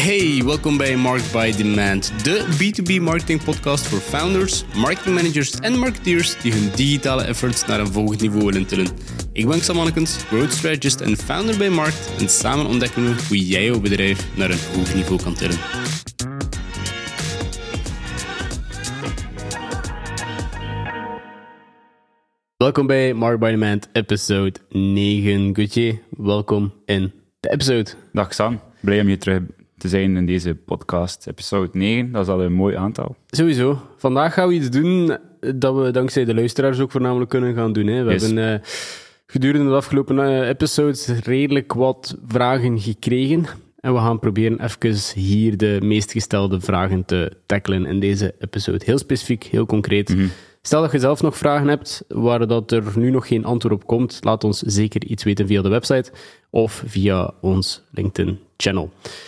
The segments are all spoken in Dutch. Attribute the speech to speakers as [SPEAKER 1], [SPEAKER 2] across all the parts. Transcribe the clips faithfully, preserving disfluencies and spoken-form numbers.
[SPEAKER 1] Hey, welkom bij Market by Demand, de B twee B marketing podcast voor founders, marketing managers en marketeers die hun digitale efforts naar een volgend niveau willen tillen. Ik ben Sam Mannekens, growth strategist en founder bij Markt en samen ontdekken we hoe jij jouw bedrijf naar een hoog niveau kan tillen. Welkom bij Market by Demand, episode negen. Gauthier, welkom in de episode.
[SPEAKER 2] Dag Sam, blij om hier terug te zijn in deze podcast, episode negen. Dat is al een mooi aantal.
[SPEAKER 1] Sowieso. Vandaag gaan we iets doen dat we dankzij de luisteraars ook voornamelijk kunnen gaan doen. Hè. We yes. hebben uh, gedurende de afgelopen uh, episodes redelijk wat vragen gekregen. En we gaan proberen even hier de meest gestelde vragen te tackelen in deze episode. Heel specifiek, heel concreet. Mm-hmm. Stel dat je zelf nog vragen hebt waar dat er nu nog geen antwoord op komt, laat ons zeker iets weten via de website of via ons LinkedIn-channel.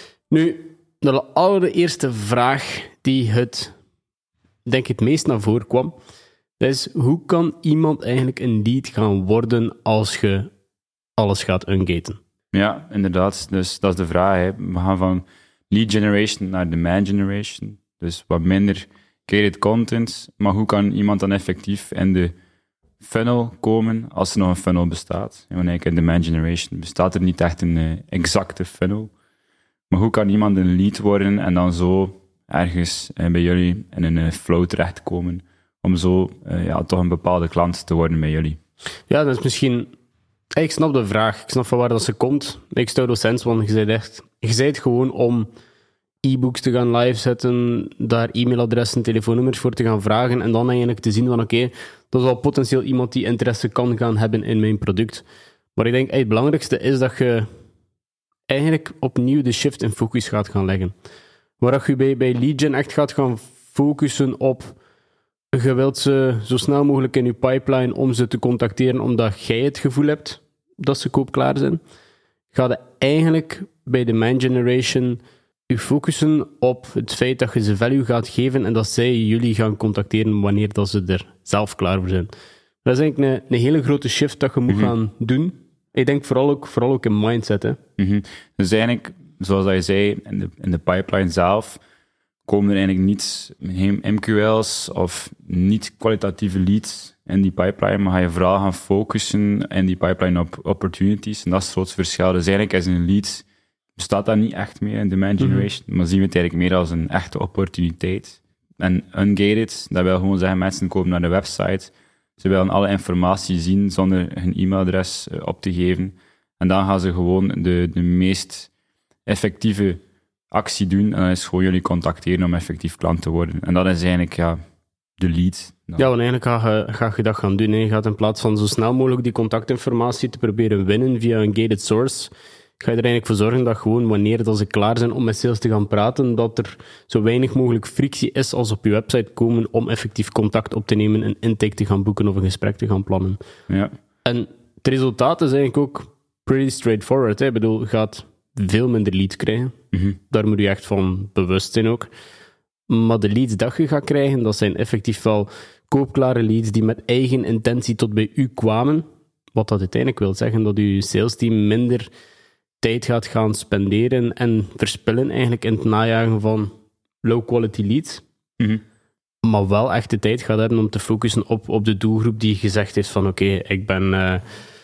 [SPEAKER 1] Nu, de allereerste vraag die het, denk ik, het meest naar voren kwam, dat is, hoe kan iemand eigenlijk een lead gaan worden als je alles gaat ungaten?
[SPEAKER 2] Ja, inderdaad. Dus dat is de vraag. Hè. We gaan van lead generation naar demand generation. Dus wat minder created content. Maar hoe kan iemand dan effectief in de funnel komen als er nog een funnel bestaat? En wanneer ik in demand generation bestaat er niet echt een uh, exacte funnel. Maar hoe kan iemand een lead worden en dan zo ergens uh, bij jullie in een uh, flow terechtkomen om zo uh, ja, toch een bepaalde klant te worden bij jullie?
[SPEAKER 1] Ja, dat is misschien... Ik snap de vraag. Ik snap van waar dat ze komt. Ik stel wel sens, want je zei echt... Je zei het gewoon om e-books te gaan live zetten, daar e-mailadressen, telefoonnummers voor te gaan vragen en dan eigenlijk te zien van oké, okay, dat is al potentieel iemand die interesse kan gaan hebben in mijn product. Maar ik denk, hey, het belangrijkste is dat je eigenlijk opnieuw de shift in focus gaat gaan leggen. Waar je bij, bij lead gen echt gaat gaan focussen op je wilt ze zo snel mogelijk in je pipeline om ze te contacteren omdat jij het gevoel hebt dat ze koopklaar zijn. Ga je eigenlijk bij demand generation je focussen op het feit dat je ze value gaat geven en dat zij jullie gaan contacteren wanneer dat ze er zelf klaar voor zijn. Dat is eigenlijk een, een hele grote shift dat je moet mm-hmm. gaan doen. Ik denk vooral ook, vooral ook in mindset. Hè.
[SPEAKER 2] Mm-hmm. Dus eigenlijk, zoals je zei, in de, in de pipeline zelf komen er eigenlijk niet geen M Q L's of niet kwalitatieve leads in die pipeline, maar ga je vooral gaan focussen in die pipeline op opportunities. En dat is het grootste verschil. Dus eigenlijk is een lead, bestaat dat niet echt meer in demand generation, mm-hmm. maar zien we het eigenlijk meer als een echte opportuniteit. En ungated, dat wil gewoon zeggen, mensen komen naar de website, ze willen alle informatie zien zonder hun e-mailadres uh, op te geven. En dan gaan ze gewoon de, de meest effectieve actie doen. En dan is gewoon jullie contacteren om effectief klant te worden. En dat is eigenlijk ja, de lead.
[SPEAKER 1] Dan. Ja, want eigenlijk ga je, ga je dat gaan doen. Hè. Je gaat in plaats van zo snel mogelijk die contactinformatie te proberen winnen via een gated source, ga je er eigenlijk voor zorgen dat gewoon wanneer dat ze klaar zijn om met sales te gaan praten, dat er zo weinig mogelijk frictie is als op je website komen om effectief contact op te nemen, een intake te gaan boeken of een gesprek te gaan plannen.
[SPEAKER 2] Ja.
[SPEAKER 1] En het resultaat is eigenlijk ook pretty straightforward. Hè. Ik bedoel, je gaat veel minder leads krijgen. Mm-hmm. Daar moet je echt van bewust zijn ook. Maar de leads dat je gaat krijgen, dat zijn effectief wel koopklare leads die met eigen intentie tot bij u kwamen. Wat dat uiteindelijk wil zeggen dat je salesteam minder tijd gaat gaan spenderen en verspillen eigenlijk in het najagen van low-quality leads. Mm-hmm. Maar wel echt de tijd gaat hebben om te focussen op, op de doelgroep die gezegd heeft van oké, okay, ik ben uh,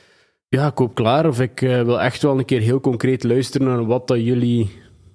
[SPEAKER 1] ja, koop klaar of ik uh, wil echt wel een keer heel concreet luisteren naar wat dat jullie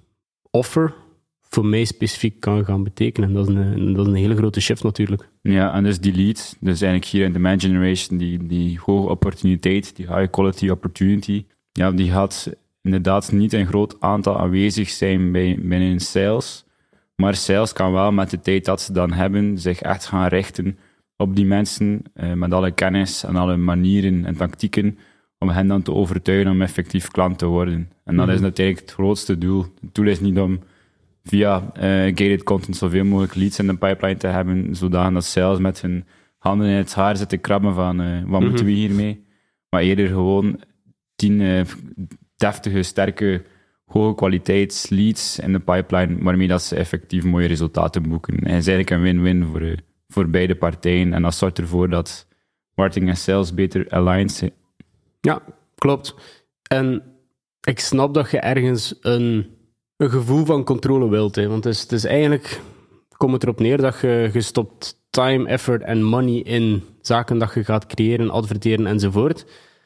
[SPEAKER 1] offer voor mij specifiek kan gaan betekenen. Dat is een, dat is een hele grote shift natuurlijk.
[SPEAKER 2] Ja, en dus die lead, dus eigenlijk hier in demand generation, die, die hoge opportuniteit, die high quality opportunity, ja, die gaat inderdaad niet een groot aantal aanwezig zijn bij, binnen sales, maar sales kan wel met de tijd dat ze dan hebben, zich echt gaan richten op die mensen, eh, met alle kennis en alle manieren en tactieken, om hen dan te overtuigen om effectief klant te worden. En dat mm-hmm. is natuurlijk het grootste doel. Het doel is niet om via uh, gated content zoveel mogelijk leads in de pipeline te hebben, zodat dat sales met hun handen in het haar zitten krabben van uh, wat mm-hmm. moeten we hiermee? Maar eerder gewoon tien uh, deftige, sterke, hoge kwaliteits leads in de pipeline, waarmee dat ze effectief mooie resultaten boeken. En het is eigenlijk een win-win voor, uh, voor beide partijen. En dat zorgt ervoor dat marketing en sales beter aligned zijn.
[SPEAKER 1] Ja, klopt. En ik snap dat je ergens een een gevoel van controle wilt. Hè. Want het is, het is eigenlijk, komt het erop neer dat je, je stopt time, effort en money in zaken dat je gaat creëren, adverteren enzovoort.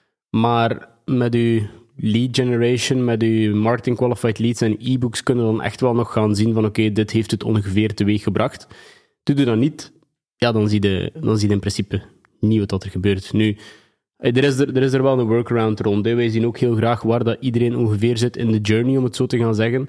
[SPEAKER 1] Maar met je lead generation, met je marketing qualified leads en e-books kunnen we dan echt wel nog gaan zien van oké, okay, dit heeft het ongeveer teweeg gebracht. Doe je dat niet, ja, dan zie je, dan zie je in principe niet wat er gebeurt. Nu, er is er, er is er wel een workaround rond. Hè. Wij zien ook heel graag waar dat iedereen ongeveer zit in de journey, om het zo te gaan zeggen.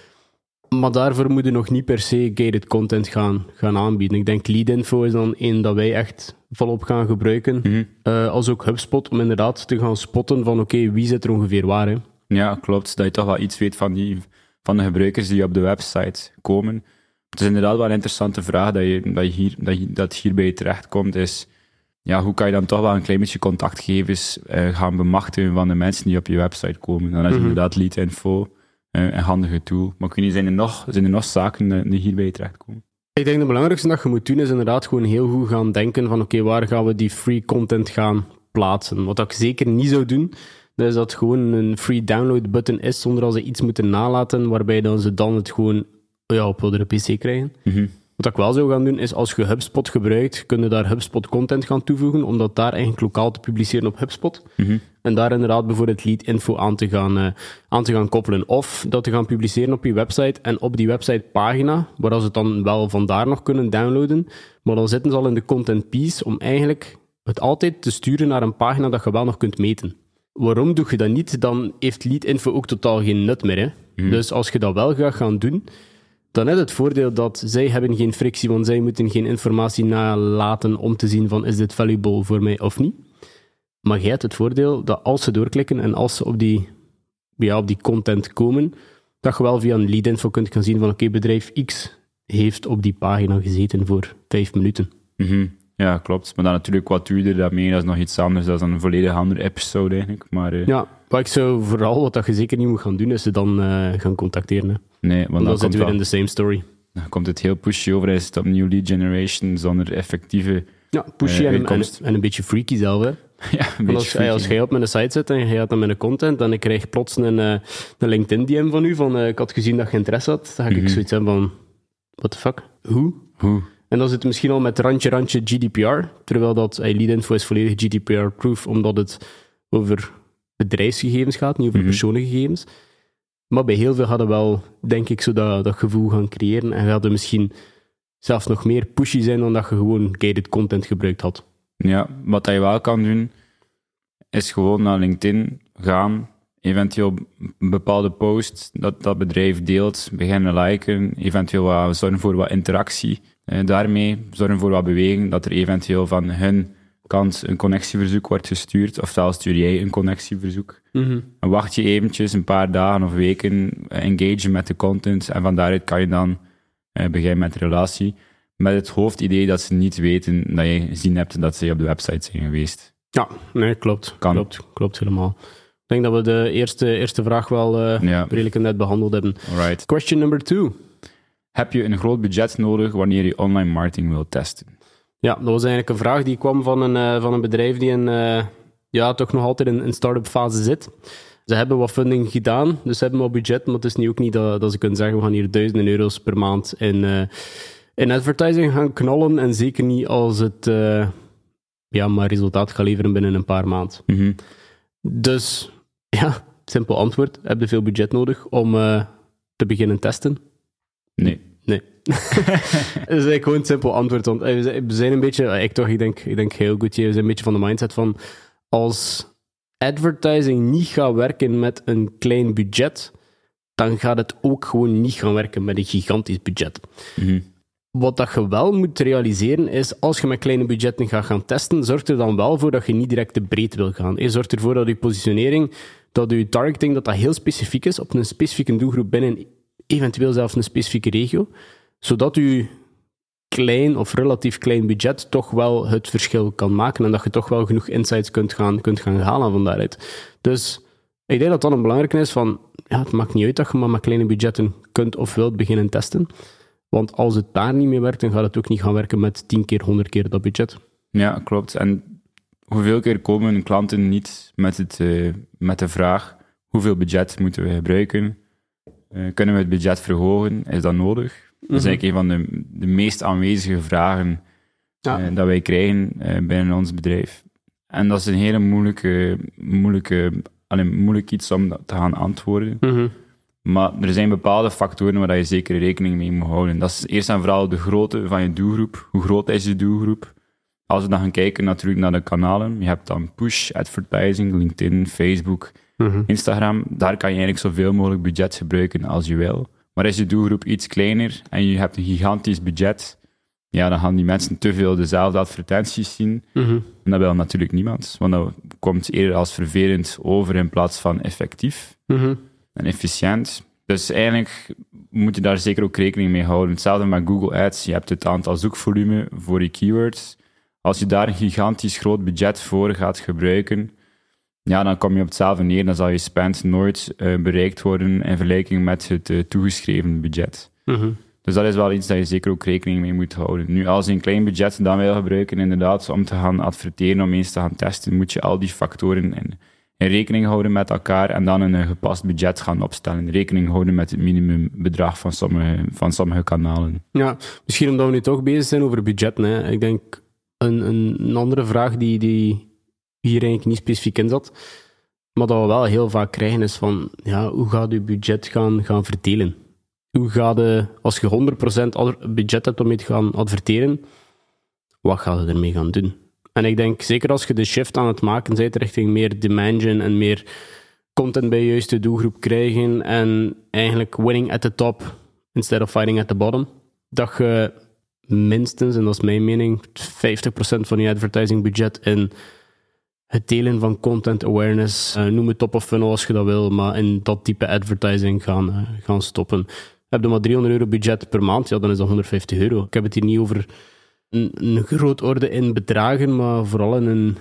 [SPEAKER 1] Maar daarvoor moet je nog niet per se gated content gaan, gaan aanbieden. Ik denk Leadinfo is dan één dat wij echt volop gaan gebruiken.
[SPEAKER 2] Mm-hmm.
[SPEAKER 1] Uh, als ook HubSpot, om inderdaad te gaan spotten van oké, okay, wie zit er ongeveer waar. Hè?
[SPEAKER 2] Ja, klopt. Dat je toch wel iets weet van, die, van de gebruikers die op de website komen. Het is inderdaad wel een interessante vraag dat, je, dat, je hier, dat, je, dat hierbij terechtkomt, is ja, hoe kan je dan toch wel een klein beetje contactgevers uh, gaan bemachtigen van de mensen die op je website komen. Dan is mm-hmm. inderdaad Leadinfo uh, een handige tool. Maar kun je, zijn er nog, zijn er nog zaken uh, die hierbij terechtkomen?
[SPEAKER 1] Ik denk het belangrijkste dat je moet doen is inderdaad gewoon heel goed gaan denken van oké, okay, waar gaan we die free content gaan plaatsen? Wat ik zeker niet zou doen, dat is dat het gewoon een free download button is zonder dat ze iets moeten nalaten, waarbij dan ze dan het gewoon ja, op de P C krijgen.
[SPEAKER 2] Mm-hmm.
[SPEAKER 1] Wat ik wel zou gaan doen, is als je HubSpot gebruikt, kun je daar HubSpot content gaan toevoegen, om dat daar eigenlijk lokaal te publiceren op HubSpot.
[SPEAKER 2] Mm-hmm.
[SPEAKER 1] En daar inderdaad bijvoorbeeld Leadinfo aan te gaan, uh, aan te gaan koppelen. Of dat te gaan publiceren op je website en op die websitepagina, waar ze het dan wel vandaar nog kunnen downloaden, maar dan zitten ze al in de content piece om eigenlijk het altijd te sturen naar een pagina dat je wel nog kunt meten. Waarom doe je dat niet? Dan heeft Leadinfo ook totaal geen nut meer. Hè? Mm-hmm. Dus als je dat wel gaat gaan doen, dan is het voordeel dat zij hebben geen frictie, want zij moeten geen informatie nalaten om te zien van is dit valuable voor mij of niet. Maar jij hebt het voordeel dat als ze doorklikken en als ze op die, ja, op die content komen, dat je wel via een Leadinfo kunt gaan zien van oké, okay, bedrijf X heeft op die pagina gezeten voor vijf minuten.
[SPEAKER 2] Mm-hmm. Ja, klopt. Maar dan natuurlijk wat duurder daarmee, dat is nog iets anders. Dat is een volledig andere episode eigenlijk. Maar, uh...
[SPEAKER 1] Ja, maar ik zou vooral, wat dat je zeker niet moet gaan doen, is ze dan uh, gaan contacteren. Hè.
[SPEAKER 2] Nee, want,
[SPEAKER 1] want dan, dan zitten we weer
[SPEAKER 2] wel...
[SPEAKER 1] in de same story.
[SPEAKER 2] Dan komt het heel pushy over, is het opnieuw lead generation zonder effectieve
[SPEAKER 1] Ja, pushy uh, en, en, en een beetje freaky zelf, hè.
[SPEAKER 2] Ja, een
[SPEAKER 1] als,
[SPEAKER 2] freaky,
[SPEAKER 1] als jij op mijn site zit en je gaat dan met een content, dan krijg je plots een, uh, een LinkedIn-D M van u, van uh, ik had gezien dat je interesse had. Dan ga ik mm-hmm. zoiets hebben van, what the fuck? Hoe?
[SPEAKER 2] Hoe?
[SPEAKER 1] En dan zit het misschien al met randje, randje G D P R, terwijl dat hey, Leadinfo is volledig G D P R-proof, omdat het over bedrijfsgegevens gaat, niet over mm-hmm. persoonlijke gegevens. Maar bij heel veel hadden wel, denk ik, zo dat, dat gevoel gaan creëren en hadden misschien zelfs nog meer pushy zijn dan dat je gewoon gated content gebruikt had.
[SPEAKER 2] Ja, wat je wel kan doen, is gewoon naar LinkedIn gaan, eventueel een bepaalde post dat dat bedrijf deelt, beginnen liken, eventueel wat, zorgen voor wat interactie. Eh, daarmee zorgen voor wat beweging, dat er eventueel van hun kant een connectieverzoek wordt gestuurd, ofwel stuur jij een connectieverzoek.
[SPEAKER 1] Mm-hmm.
[SPEAKER 2] En wacht je eventjes een paar dagen of weken, engagen met de content, en van daaruit kan je dan eh, beginnen met de relatie, met het hoofdidee dat ze niet weten dat je gezien hebt dat ze op de website zijn geweest.
[SPEAKER 1] Ja, nee, klopt.
[SPEAKER 2] Kan.
[SPEAKER 1] Klopt, klopt helemaal. Ik denk dat we de eerste, eerste vraag wel uh,
[SPEAKER 2] ja.
[SPEAKER 1] redelijk net behandeld hebben.
[SPEAKER 2] Alright.
[SPEAKER 1] Question number two.
[SPEAKER 2] Heb je een groot budget nodig wanneer je online marketing wilt testen?
[SPEAKER 1] Ja, dat was eigenlijk een vraag die kwam van een, uh, van een bedrijf die in, uh, ja, toch nog altijd in een start-up fase zit. Ze hebben wat funding gedaan, dus ze hebben wat budget, maar het is niet ook niet dat, dat ze kunnen zeggen we gaan hier duizenden euro's per maand in, uh, in advertising gaan knallen en zeker niet als het uh, ja, maar resultaat gaat leveren binnen een paar maanden.
[SPEAKER 2] Mm-hmm.
[SPEAKER 1] Dus ja, simpel antwoord. Heb je veel budget nodig om uh, te beginnen testen?
[SPEAKER 2] Nee.
[SPEAKER 1] Nee. Dat is eigenlijk gewoon een simpel antwoord. Want we zijn een beetje, ik toch, ik denk, ik denk heel goed, we zijn een beetje van de mindset van als advertising niet gaat werken met een klein budget, dan gaat het ook gewoon niet gaan werken met een gigantisch budget.
[SPEAKER 2] Mm-hmm.
[SPEAKER 1] Wat dat je wel moet realiseren is, als je met kleine budgetten gaat gaan testen, zorg er dan wel voor dat je niet direct te breed wil gaan. Je zorgt ervoor dat je positionering, dat je targeting, dat dat heel specifiek is op een specifieke doelgroep binnen eventueel zelfs een specifieke regio, zodat je klein of relatief klein budget toch wel het verschil kan maken en dat je toch wel genoeg insights kunt gaan, kunt gaan halen van daaruit. Dus ik denk dat dat een belangrijke is van, ja, het maakt niet uit dat je maar met kleine budgetten kunt of wilt beginnen testen. Want als het daar niet mee werkt, dan gaat het ook niet gaan werken met tien keer, honderd keer dat budget.
[SPEAKER 2] Ja, klopt. En hoeveel keer komen klanten niet met, het, uh, met de vraag, hoeveel budget moeten we gebruiken? Uh, kunnen we het budget verhogen? Is dat nodig? Mm-hmm. Dat is eigenlijk een van de, de meest aanwezige vragen ja. uh, dat wij krijgen uh, binnen ons bedrijf. En dat is een hele moeilijke, moeilijke, alleen, moeilijk iets om te gaan antwoorden.
[SPEAKER 1] Mm-hmm.
[SPEAKER 2] Maar er zijn bepaalde factoren waar je zeker rekening mee moet houden. Dat is eerst en vooral de grootte van je doelgroep. Hoe groot is je doelgroep? Als we dan gaan kijken natuurlijk naar de kanalen, je hebt dan push, advertising, LinkedIn, Facebook, mm-hmm. Instagram. Daar kan je eigenlijk zoveel mogelijk budget gebruiken als je wil. Maar is je doelgroep iets kleiner en je hebt een gigantisch budget, ja, dan gaan die mensen te veel dezelfde advertenties zien.
[SPEAKER 1] Mm-hmm.
[SPEAKER 2] En dat wil natuurlijk niemand, want dat komt eerder als vervelend over in plaats van effectief
[SPEAKER 1] mm-hmm.
[SPEAKER 2] en efficiënt. Dus eigenlijk moet je daar zeker ook rekening mee houden. Hetzelfde met Google Ads. Je hebt het aantal zoekvolume voor je keywords. Als je daar een gigantisch groot budget voor gaat gebruiken, ja, dan kom je op hetzelfde neer. Dan zal je spend nooit uh, bereikt worden in vergelijking met het uh, toegeschreven budget.
[SPEAKER 1] Mm-hmm.
[SPEAKER 2] Dus dat is wel iets dat je zeker ook rekening mee moet houden. Nu, als je een klein budget dan wil gebruiken, inderdaad, om te gaan adverteren, om eens te gaan testen, moet je al die factoren in, in rekening houden met elkaar en dan een gepast budget gaan opstellen. Rekening houden met het minimumbedrag van sommige, van sommige kanalen.
[SPEAKER 1] Ja, misschien omdat we nu toch bezig zijn over budget. Hè. Ik denk, een, een andere vraag die, die hier eigenlijk niet specifiek in zat, maar dat we wel heel vaak krijgen, is van, ja, hoe gaat je budget gaan, gaan verdelen? Hoe gaat je, als je honderd procent budget hebt om mee te gaan adverteren, wat ga je ermee gaan doen? En ik denk, zeker als je de shift aan het maken bent richting meer demand gen en meer content bij je juiste doelgroep krijgen en eigenlijk winning at the top instead of fighting at the bottom, dat je minstens, en dat is mijn mening, vijftig procent van je advertising budget in het delen van content awareness, uh, noem het top of funnel als je dat wil, maar in dat type advertising gaan, uh, gaan stoppen. Heb je maar driehonderd euro budget per maand, ja, dan is dat honderdvijftig euro. Ik heb het hier niet over een, een groot orde in bedragen, maar vooral in een,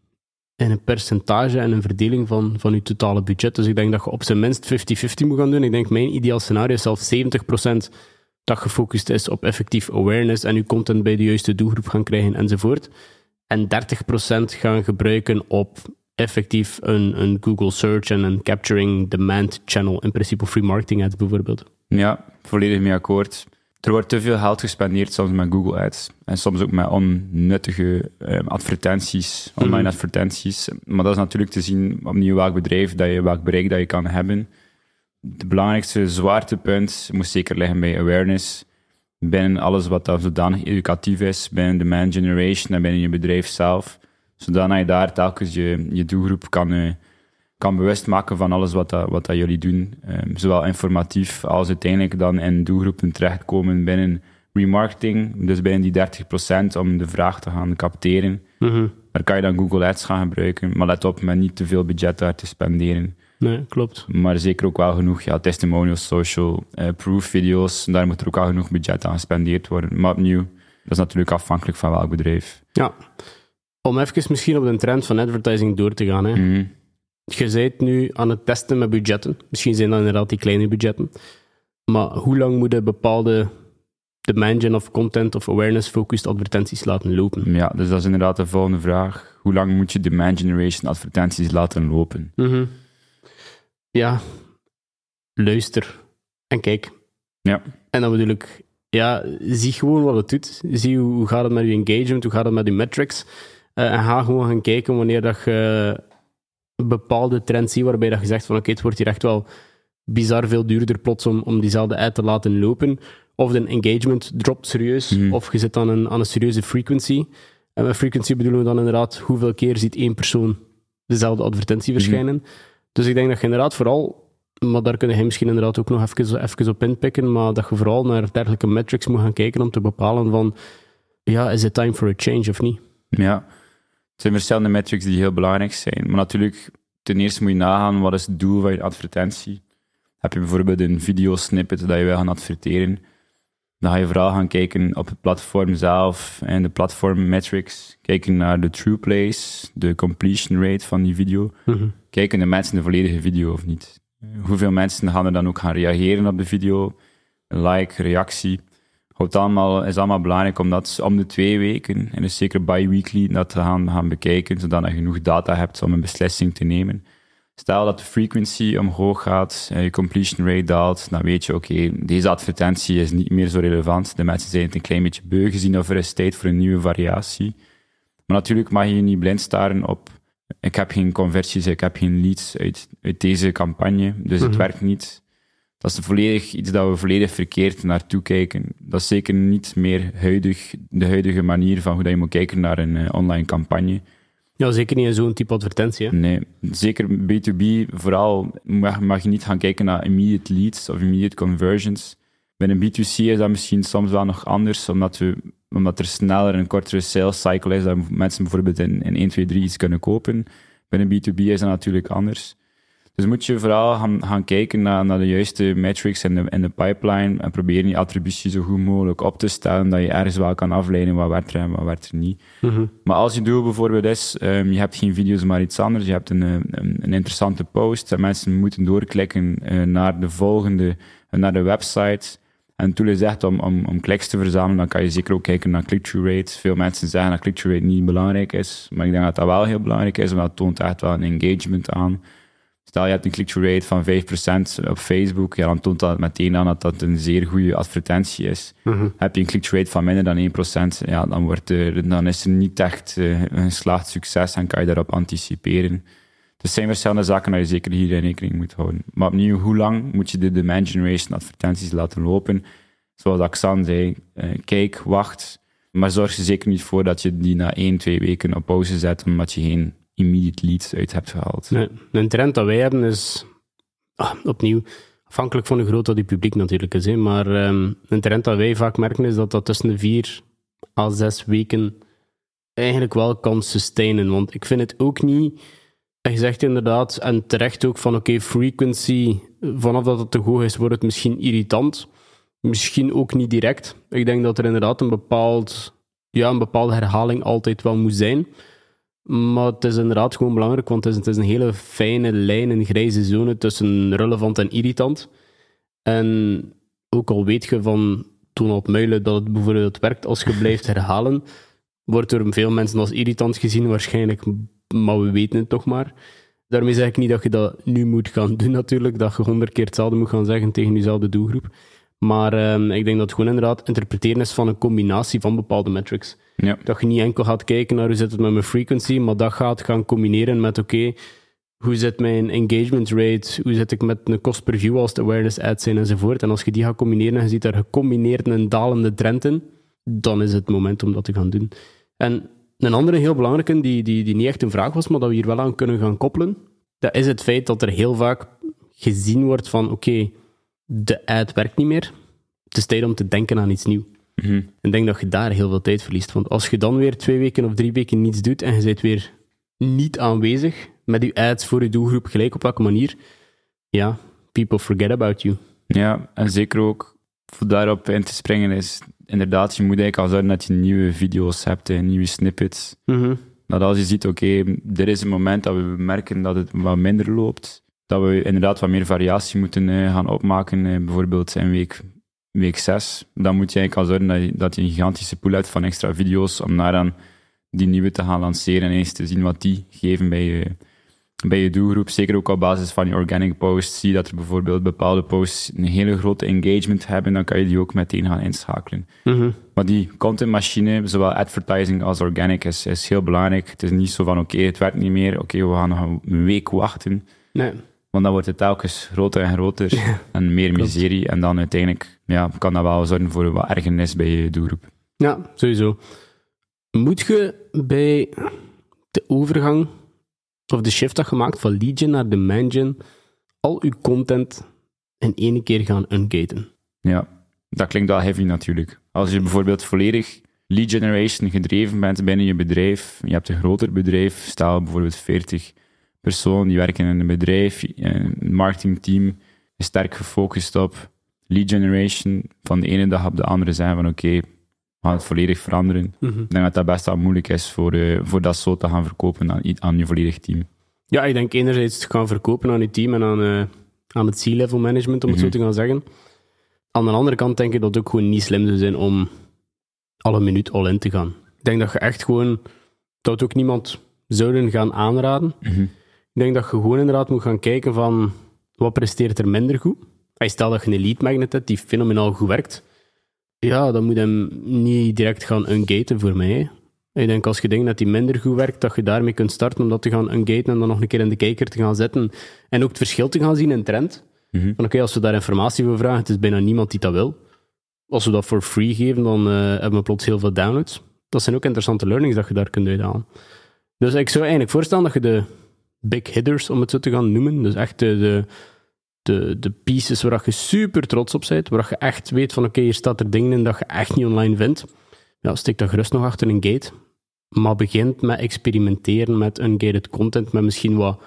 [SPEAKER 1] in een percentage en een verdeling van, van je totale budget. Dus ik denk dat je op zijn minst vijftig vijftig moet gaan doen. Ik denk mijn ideaal scenario is zelfs zeventig procent dat gefocust is op effectief awareness en je content bij de juiste doelgroep gaan krijgen enzovoort. En dertig procent gaan gebruiken op effectief een, een Google Search en een Capturing Demand Channel, in principe free marketing ads bijvoorbeeld.
[SPEAKER 2] Ja, volledig mee akkoord. Er wordt te veel geld gespendeerd soms met Google Ads en soms ook met onnuttige um, advertenties, online mm-hmm. advertenties. Maar dat is natuurlijk te zien opnieuw welk bedrijf, dat je, welk bereik dat je kan hebben. Het belangrijkste zwaartepunt moet zeker liggen bij awareness. Binnen alles wat dan zodanig educatief is, binnen demand generation en binnen je bedrijf zelf. Zodat je daar telkens je, je doelgroep kan, uh, kan bewust maken van alles wat, dat, wat dat jullie doen. Um, zowel informatief als uiteindelijk dan in doelgroepen terechtkomen binnen remarketing. Dus binnen die dertig procent om de vraag te gaan capteren.
[SPEAKER 1] Mm-hmm.
[SPEAKER 2] Daar kan je dan Google Ads gaan gebruiken. Maar let op met niet te veel budget daar te spenderen.
[SPEAKER 1] Nee, klopt.
[SPEAKER 2] Maar zeker ook wel genoeg ja, testimonials, social uh, proof video's. Daar moet er ook al genoeg budget aan gespendeerd worden. Maar opnieuw, dat is natuurlijk afhankelijk van welk bedrijf.
[SPEAKER 1] Ja. Om even misschien op de trend van advertising door te gaan. Hè.
[SPEAKER 2] Mm.
[SPEAKER 1] Je bent nu aan het testen met budgetten. Misschien zijn dat inderdaad die kleine budgetten. Maar hoe lang moet je bepaalde demand gen of content of awareness-focused advertenties laten lopen?
[SPEAKER 2] Ja, dus dat is inderdaad de volgende vraag. Hoe lang moet je demand generation advertenties laten lopen?
[SPEAKER 1] Mm-hmm. Ja, luister en kijk.
[SPEAKER 2] Ja.
[SPEAKER 1] En dan bedoel ik, ja, zie gewoon wat het doet. Zie hoe, hoe gaat het met je engagement, hoe gaat het met je metrics. Uh, en ga gewoon gaan kijken wanneer dat je een bepaalde trend ziet waarbij dat je zegt van oké, okay, het wordt hier echt wel bizar veel duurder plots om, om diezelfde ad te laten lopen. Of de engagement dropt serieus, mm. of je zit aan een, aan een serieuze frequency. En met frequency bedoelen we dan inderdaad hoeveel keer ziet één persoon dezelfde advertentie verschijnen. Mm. Dus ik denk dat je inderdaad vooral, maar daar kun je misschien inderdaad ook nog even, even op inpikken, maar dat je vooral naar dergelijke metrics moet gaan kijken om te bepalen van, ja, is it time for a change of niet?
[SPEAKER 2] Ja, het zijn verschillende metrics die heel belangrijk zijn. Maar natuurlijk, ten eerste moet je nagaan, wat is het doel van je advertentie? Heb je bijvoorbeeld een videosnippet dat je wil gaan adverteren, dan ga je vooral gaan kijken op het platform zelf en de platform metrics. Kijken naar de true plays, de completion rate van die video.
[SPEAKER 1] Mm-hmm.
[SPEAKER 2] Kijken de mensen de volledige video of niet. Hoeveel mensen gaan er dan ook gaan reageren op de video? Like, reactie. Het allemaal, is allemaal belangrijk om dat om de twee weken, en dus zeker bi-weekly, dat te gaan, gaan bekijken, zodat je genoeg data hebt om een beslissing te nemen. Stel dat de frequency omhoog gaat, je completion rate daalt, dan weet je, oké, okay, deze advertentie is niet meer zo relevant. De mensen zijn het een klein beetje beu gezien of er is tijd voor een nieuwe variatie. Maar natuurlijk mag je je niet blind staren op, ik heb geen conversies, ik heb geen leads uit, uit deze campagne, dus mm-hmm. het werkt niet. Dat is volledig iets dat we volledig verkeerd naartoe kijken. Dat is zeker niet meer huidig, de huidige manier van hoe dat je moet kijken naar een uh, online campagne.
[SPEAKER 1] Ja, zeker niet in zo'n type advertentie. Hè?
[SPEAKER 2] Nee, zeker B twee B, vooral mag, mag je niet gaan kijken naar immediate leads of immediate conversions. Binnen B twee C is dat misschien soms wel nog anders, omdat, we, omdat er sneller een kortere sales cycle is, dat mensen bijvoorbeeld in, in één, twee, drie iets kunnen kopen. Binnen B twee B is dat natuurlijk anders. Dus moet je vooral gaan, gaan kijken naar, naar de juiste metrics in de, in de pipeline en proberen die attributie zo goed mogelijk op te stellen, dat je ergens wel kan afleiden wat werkt er en wat werkt er niet. Mm-hmm. Maar als je doel bijvoorbeeld is, um, je hebt geen video's, maar iets anders, je hebt een, een, een interessante post en mensen moeten doorklikken uh, naar de volgende, uh, naar de website. En het doel is echt om, om, om kliks te verzamelen, dan kan je zeker ook kijken naar click-through rate. Veel mensen zeggen dat click-through rate niet belangrijk is, maar ik denk dat dat wel heel belangrijk is, want dat toont echt wel een engagement aan. Stel, je hebt een click-through rate van vijf procent op Facebook, ja, dan toont dat meteen aan dat dat een zeer goede advertentie is. Mm-hmm. Heb je een click-through rate van minder dan één procent, ja, dan, wordt er, dan is er niet echt uh, een geslaagd succes en kan je daarop anticiperen. Dus er zijn verschillende zaken dat je zeker hier in rekening moet houden. Maar opnieuw, hoe lang moet je de demand generation advertenties laten lopen? Zoals Axan zei, uh, kijk, wacht, maar zorg er zeker niet voor dat je die na één, twee weken op pauze zet, omdat je geen immediate leads uit hebt gehaald.
[SPEAKER 1] Nee, een trend dat wij hebben is, ah, opnieuw, afhankelijk van hoe groot dat die publiek natuurlijk is, hè, maar um, een trend dat wij vaak merken is dat dat tussen de vier à zes weken eigenlijk wel kan sustainen. Want ik vind het ook niet, en je zegt inderdaad, en terecht ook van oké, okay, frequency, vanaf dat het te hoog is, wordt het misschien irritant. Misschien ook niet direct. Ik denk dat er inderdaad een bepaald, ja, een bepaalde herhaling altijd wel moet zijn. Maar het is inderdaad gewoon belangrijk, want het is, het is een hele fijne lijn, een grijze zone tussen relevant en irritant. En ook al weet je van Donald Muilen dat het bijvoorbeeld werkt als je blijft herhalen, wordt door veel mensen als irritant gezien, waarschijnlijk, maar we weten het toch maar. Daarmee zeg ik niet dat je dat nu moet gaan doen natuurlijk, dat je honderd keer hetzelfde moet gaan zeggen tegen jezelfde doelgroep. Maar um, ik denk dat het gewoon inderdaad interpreteren is van een combinatie van bepaalde metrics. Ja. Dat je niet enkel gaat kijken naar hoe zit het met mijn frequency, maar dat gaat gaan combineren met oké, okay, hoe zit mijn engagement rate, hoe zit ik met een cost per view als het awareness ads zijn enzovoort. En als je die gaat combineren en je ziet daar gecombineerd een dalende trend in, dan is het moment om dat te gaan doen. En een andere heel belangrijke, die, die, die niet echt een vraag was, maar dat we hier wel aan kunnen gaan koppelen, dat is het feit dat er heel vaak gezien wordt van oké, okay, de ad werkt niet meer. Het is tijd om te denken aan iets nieuws. Mm-hmm. En ik denk dat je daar heel veel tijd verliest. Want als je dan weer twee weken of drie weken niets doet en je bent weer niet aanwezig met je ads voor je doelgroep, gelijk op welke manier, ja, people forget about you.
[SPEAKER 2] Ja, en zeker ook voor daarop in te springen is, inderdaad, je moet eigenlijk al zorgen dat je nieuwe video's hebt, en nieuwe snippets. Mm-hmm. Dat als je ziet, oké, okay, er is een moment dat we merken dat het wat minder loopt, dat we inderdaad wat meer variatie moeten uh, gaan opmaken, uh, bijvoorbeeld in week, week zes. Dan moet je eigenlijk al zorgen dat je, dat je een gigantische pool hebt van extra video's om naar dan die nieuwe te gaan lanceren en eens te zien wat die geven bij je, bij je doelgroep. Zeker ook op basis van je organic posts. Zie dat er bijvoorbeeld bepaalde posts een hele grote engagement hebben, dan kan je die ook meteen gaan inschakelen. Mm-hmm. Maar die contentmachine, zowel advertising als organic, is, is heel belangrijk. Het is niet zo van, oké, okay, het werkt niet meer, oké, okay, we gaan nog een week wachten. Nee. Want dan wordt het telkens groter en groter ja, en meer klopt. Miserie. En dan uiteindelijk ja, kan dat wel zorgen voor wat ergernis bij je doelgroep.
[SPEAKER 1] Ja, sowieso. Moet je bij de overgang of de shift dat je maakt van lead gen naar demand gen al je content in één keer gaan ungaten?
[SPEAKER 2] Ja, dat klinkt wel heavy natuurlijk. Als je bijvoorbeeld volledig lead generation gedreven bent binnen je bedrijf, je hebt een groter bedrijf, stel bijvoorbeeld veertig personen die werken in een bedrijf, een marketingteam is sterk gefocust op lead generation, van de ene dag op de andere zijn van oké, okay, we gaan het volledig veranderen. Mm-hmm. Ik denk dat dat best wel moeilijk is voor, uh, voor dat zo te gaan verkopen aan, aan je volledig team.
[SPEAKER 1] Ja, ik denk enerzijds te gaan verkopen aan je team en aan, uh, aan het C-level management, om mm-hmm. het zo te gaan zeggen. Aan de andere kant denk ik dat het ook gewoon niet slim zou zijn om alle minuut all-in te gaan. Ik denk dat je echt gewoon, dat het ook niemand zouden gaan aanraden. Mm-hmm. Ik Ik denk dat je gewoon inderdaad moet gaan kijken van wat presteert er minder goed. Hij stel dat je een lead magnet hebt die fenomenaal goed werkt. Ja, dan moet je hem niet direct gaan ungaten voor mij. Ik denk als je denkt dat die minder goed werkt, dat je daarmee kunt starten om dat te gaan ungaten en dan nog een keer in de kijker te gaan zetten. En ook het verschil te gaan zien in trend.
[SPEAKER 2] Mm-hmm.
[SPEAKER 1] Van oké, okay, als we daar informatie voor vragen, het is bijna niemand die dat wil. Als we dat voor free geven, dan uh, hebben we plots heel veel downloads. Dat zijn ook interessante learnings dat je daar kunt uithalen. Dus ik zou eigenlijk voorstellen dat je de big hitters, om het zo te gaan noemen, dus echt de, de, de, de pieces waar je super trots op bent, waar je echt weet van oké, okay, hier staat er dingen in dat je echt niet online vindt, ja, steek dat gerust nog achter een gate. Maar begint met experimenteren met ungated content, met misschien wat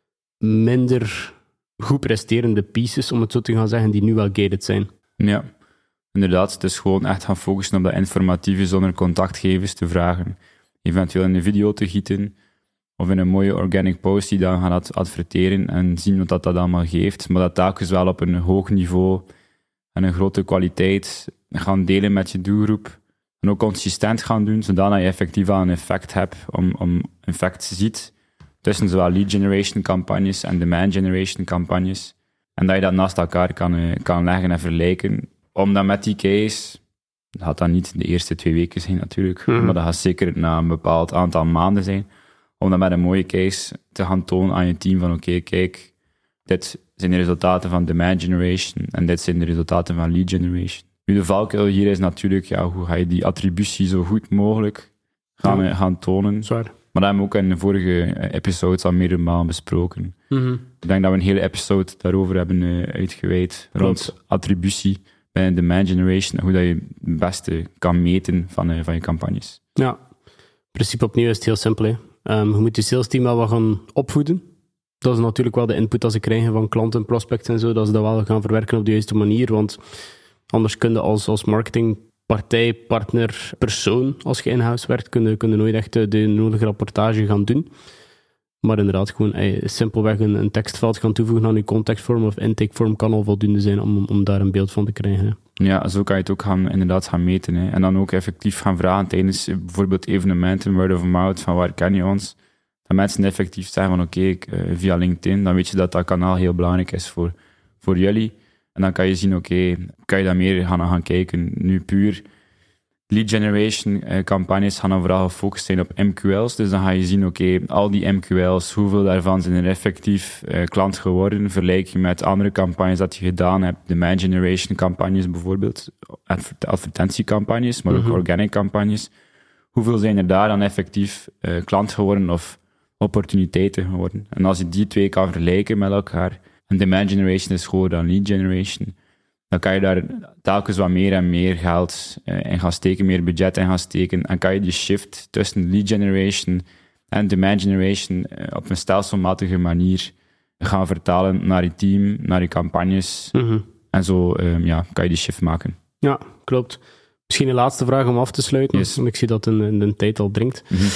[SPEAKER 1] minder goed presterende pieces, om het zo te gaan zeggen, die nu wel gated zijn.
[SPEAKER 2] Ja, inderdaad. Het is gewoon echt gaan focussen op dat informatieve zonder contactgevers te vragen. Eventueel in een video te gieten, of in een mooie organic post die dan gaat adverteren en zien wat dat, dat allemaal geeft. Maar dat telkens wel op een hoog niveau en een grote kwaliteit gaan delen met je doelgroep. En ook consistent gaan doen, zodat je effectief al een effect hebt, om, om effect ziet tussen zowel lead generation campagnes en demand generation campagnes. En dat je dat naast elkaar kan, kan leggen en vergelijken. Omdat met die case, dat gaat dan niet de eerste twee weken zijn natuurlijk, mm-hmm. maar dat gaat zeker na een bepaald aantal maanden zijn, om dan met een mooie case te gaan tonen aan je team van oké, okay, kijk, dit zijn de resultaten van demand generation en dit zijn de resultaten van lead generation. Nu, de valkuil hier is natuurlijk, ja, hoe ga je die attributie zo goed mogelijk gaan, ja. gaan tonen.
[SPEAKER 1] Zwaar.
[SPEAKER 2] Maar dat hebben we ook in de vorige episodes al meerdere malen besproken.
[SPEAKER 1] Mm-hmm.
[SPEAKER 2] Ik denk dat we een hele episode daarover hebben uh, uitgeweid, rond Klopt. attributie bij demand generation en hoe dat je het beste kan meten van, uh, van je campagnes.
[SPEAKER 1] Ja, in principe opnieuw is het heel simpel. Hè. Um, je moet je sales team wel wat gaan opvoeden. Dat is natuurlijk wel de input dat ze krijgen van klanten, prospects en zo, dat ze dat wel gaan verwerken op de juiste manier, want anders kun je als, als marketingpartij, partner, persoon, als je in-house werkt, kun je, kun je nooit echt de, de nodige rapportage gaan doen. Maar inderdaad, gewoon ey, simpelweg een, een tekstveld gaan toevoegen aan je contactform of intakeform kan al voldoende zijn om, om daar een beeld van te krijgen. Hè.
[SPEAKER 2] Ja, zo kan je het ook gaan, inderdaad gaan meten. Hè. En dan ook effectief gaan vragen tijdens bijvoorbeeld evenementen, word of mouth, van waar ken je ons? Dat mensen effectief zeggen van oké, okay, uh, via LinkedIn, dan weet je dat dat kanaal heel belangrijk is voor, voor jullie. En dan kan je zien, oké, okay, kan je daar meer gaan, gaan kijken. Nu puur lead generation uh, campagnes gaan dan vooral gefocust zijn op M Q L's. Dus dan ga je zien, oké, okay, al die M Q L's, hoeveel daarvan zijn er effectief uh, klant geworden? Vergelijk je met andere campagnes dat je gedaan hebt. Demand generation campagnes bijvoorbeeld, adver- advertentiecampagnes, maar mm-hmm. ook organic campagnes. Hoeveel zijn er daar dan effectief uh, klant geworden of opportuniteiten geworden? En als je die twee kan vergelijken met elkaar, en demand generation is gewoon dan lead generation, dan kan je daar telkens wat meer en meer geld uh, in gaan steken, meer budget in gaan steken, en kan je die shift tussen lead generation en demand generation uh, op een stelselmatige manier gaan vertalen naar je team, naar je campagnes, mm-hmm. en zo um, ja, kan je die shift maken.
[SPEAKER 1] Ja, klopt. Misschien een laatste vraag om af te sluiten,
[SPEAKER 2] yes.
[SPEAKER 1] want ik zie dat in, in de tijd al dringt.
[SPEAKER 2] Mm-hmm.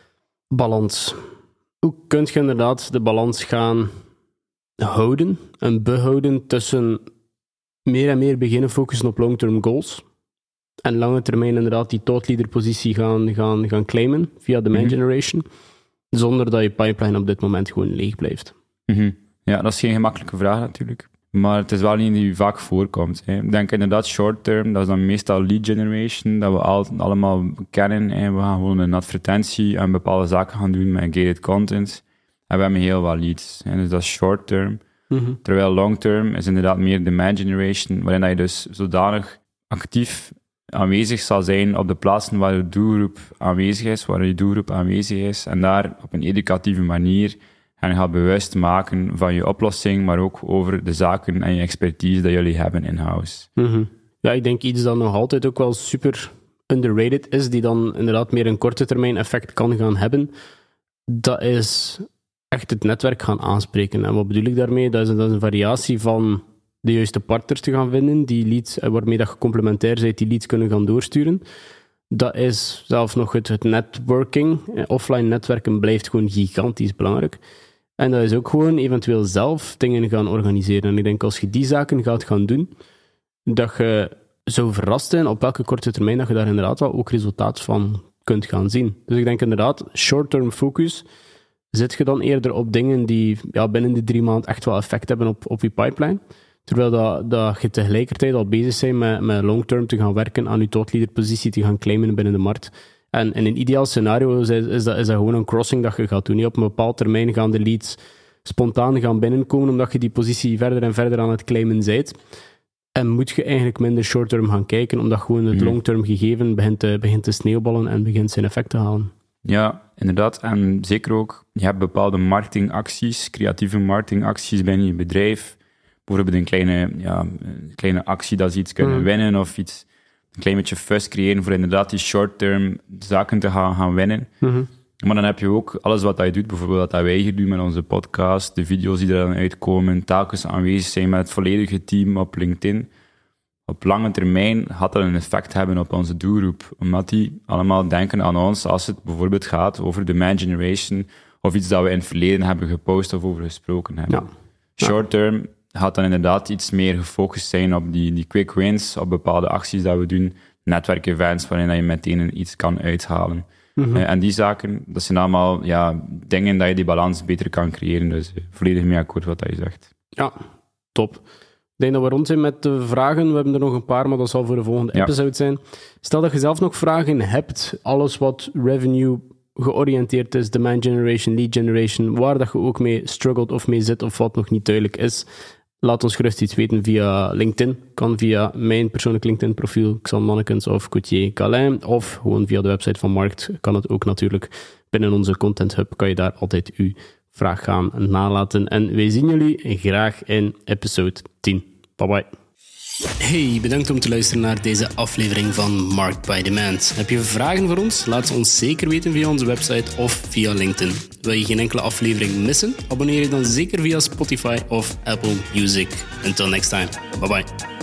[SPEAKER 1] Balans. Hoe kun je inderdaad de balans gaan houden en behouden tussen meer en meer beginnen focussen op long-term goals en lange termijn inderdaad die thought leader positie gaan, gaan, gaan claimen via demand mm-hmm. generation, zonder dat je pipeline op dit moment gewoon leeg blijft?
[SPEAKER 2] Mm-hmm. Ja, dat is geen gemakkelijke vraag natuurlijk. Maar het is wel een die vaak voorkomt. Hè. Ik denk inderdaad short term, dat is dan meestal lead generation, dat we al, allemaal kennen. Hè. We gaan gewoon een advertentie en bepaalde zaken gaan doen met gated content. En we hebben heel wat leads. Hè. Dus dat is short term. Mm-hmm. Terwijl long term is inderdaad meer demand generation, waarin dat je dus zodanig actief aanwezig zal zijn op de plaatsen waar je doelgroep aanwezig is, waar je doelgroep aanwezig is, en daar op een educatieve manier en gaat bewust maken van je oplossing, maar ook over de zaken en je expertise dat jullie hebben in-house.
[SPEAKER 1] Mm-hmm. Ja, ik denk iets dat nog altijd ook wel super underrated is, die dan inderdaad meer een korte termijn effect kan gaan hebben, dat is echt het netwerk gaan aanspreken. En wat bedoel ik daarmee? Dat is, dat is een variatie van de juiste partners te gaan vinden, die leads, waarmee dat je complementair bent, die leads kunnen gaan doorsturen. Dat is zelfs nog het, het networking. Offline netwerken blijft gewoon gigantisch belangrijk. En dat is ook gewoon eventueel zelf dingen gaan organiseren. En ik denk, als je die zaken gaat gaan doen, dat je zou verrast zijn op welke korte termijn dat je daar inderdaad wel ook resultaat van kunt gaan zien. Dus ik denk inderdaad, short-term focus, zit je dan eerder op dingen die ja, binnen die drie maanden echt wel effect hebben op, op je pipeline. Terwijl dat, dat je tegelijkertijd al bezig bent met, met long-term te gaan werken aan je thought leader positie te gaan claimen binnen de markt. En in een ideaal scenario is, is, dat, is dat gewoon een crossing dat je gaat doen. Op een bepaald termijn gaan de leads spontaan gaan binnenkomen, omdat je die positie verder en verder aan het claimen bent. En moet je eigenlijk minder short-term gaan kijken, omdat gewoon het long-term gegeven begint te, begint te sneeuwballen en begint zijn effect te halen.
[SPEAKER 2] Ja, inderdaad. En zeker ook, je hebt bepaalde marketingacties, creatieve marketingacties binnen je bedrijf. Bijvoorbeeld een kleine, ja, een kleine actie dat ze iets kunnen mm. winnen, of iets, een klein beetje fuss creëren voor inderdaad die short-term zaken te gaan, gaan winnen. Mm-hmm. Maar dan heb je ook alles wat je doet, bijvoorbeeld dat wij hier doen met onze podcast, de video's die er dan uitkomen, telkens aanwezig zijn met het volledige team op LinkedIn. Op lange termijn gaat dat een effect hebben op onze doelgroep, omdat die allemaal denken aan ons als het bijvoorbeeld gaat over de demand generation of iets dat we in het verleden hebben gepost of over gesproken hebben. Ja. Short term gaat dan inderdaad iets meer gefocust zijn op die, die quick wins, op bepaalde acties dat we doen, netwerkevents waarin je meteen iets kan uithalen. Mm-hmm. Uh, en die zaken, dat zijn allemaal ja, dingen dat je die balans beter kan creëren. Dus uh, volledig mee akkoord wat je zegt.
[SPEAKER 1] Ja, top. Ik denk dat we rond zijn met de vragen. We hebben er nog een paar, maar dat zal voor de volgende ja. episode zijn. Stel dat je zelf nog vragen hebt, alles wat revenue georiënteerd is, demand generation, lead generation, waar dat je ook mee struggelt of mee zit of wat nog niet duidelijk is, laat ons gerust iets weten via LinkedIn. Kan via mijn persoonlijk LinkedIn-profiel, Xan Mannekens of Coutier Calin, of gewoon via de website van Markt kan het ook natuurlijk. Binnen onze Content Hub kan je daar altijd uw vraag gaan nalaten. En wij zien jullie graag in episode tien. Bye bye. Hey, bedankt om te luisteren naar deze aflevering van Markt by Demand. Heb je vragen voor ons? Laat ze ons zeker weten via onze website of via LinkedIn. Wil je geen enkele aflevering missen? Abonneer je dan zeker via Spotify of Apple Music. Until next time. Bye bye.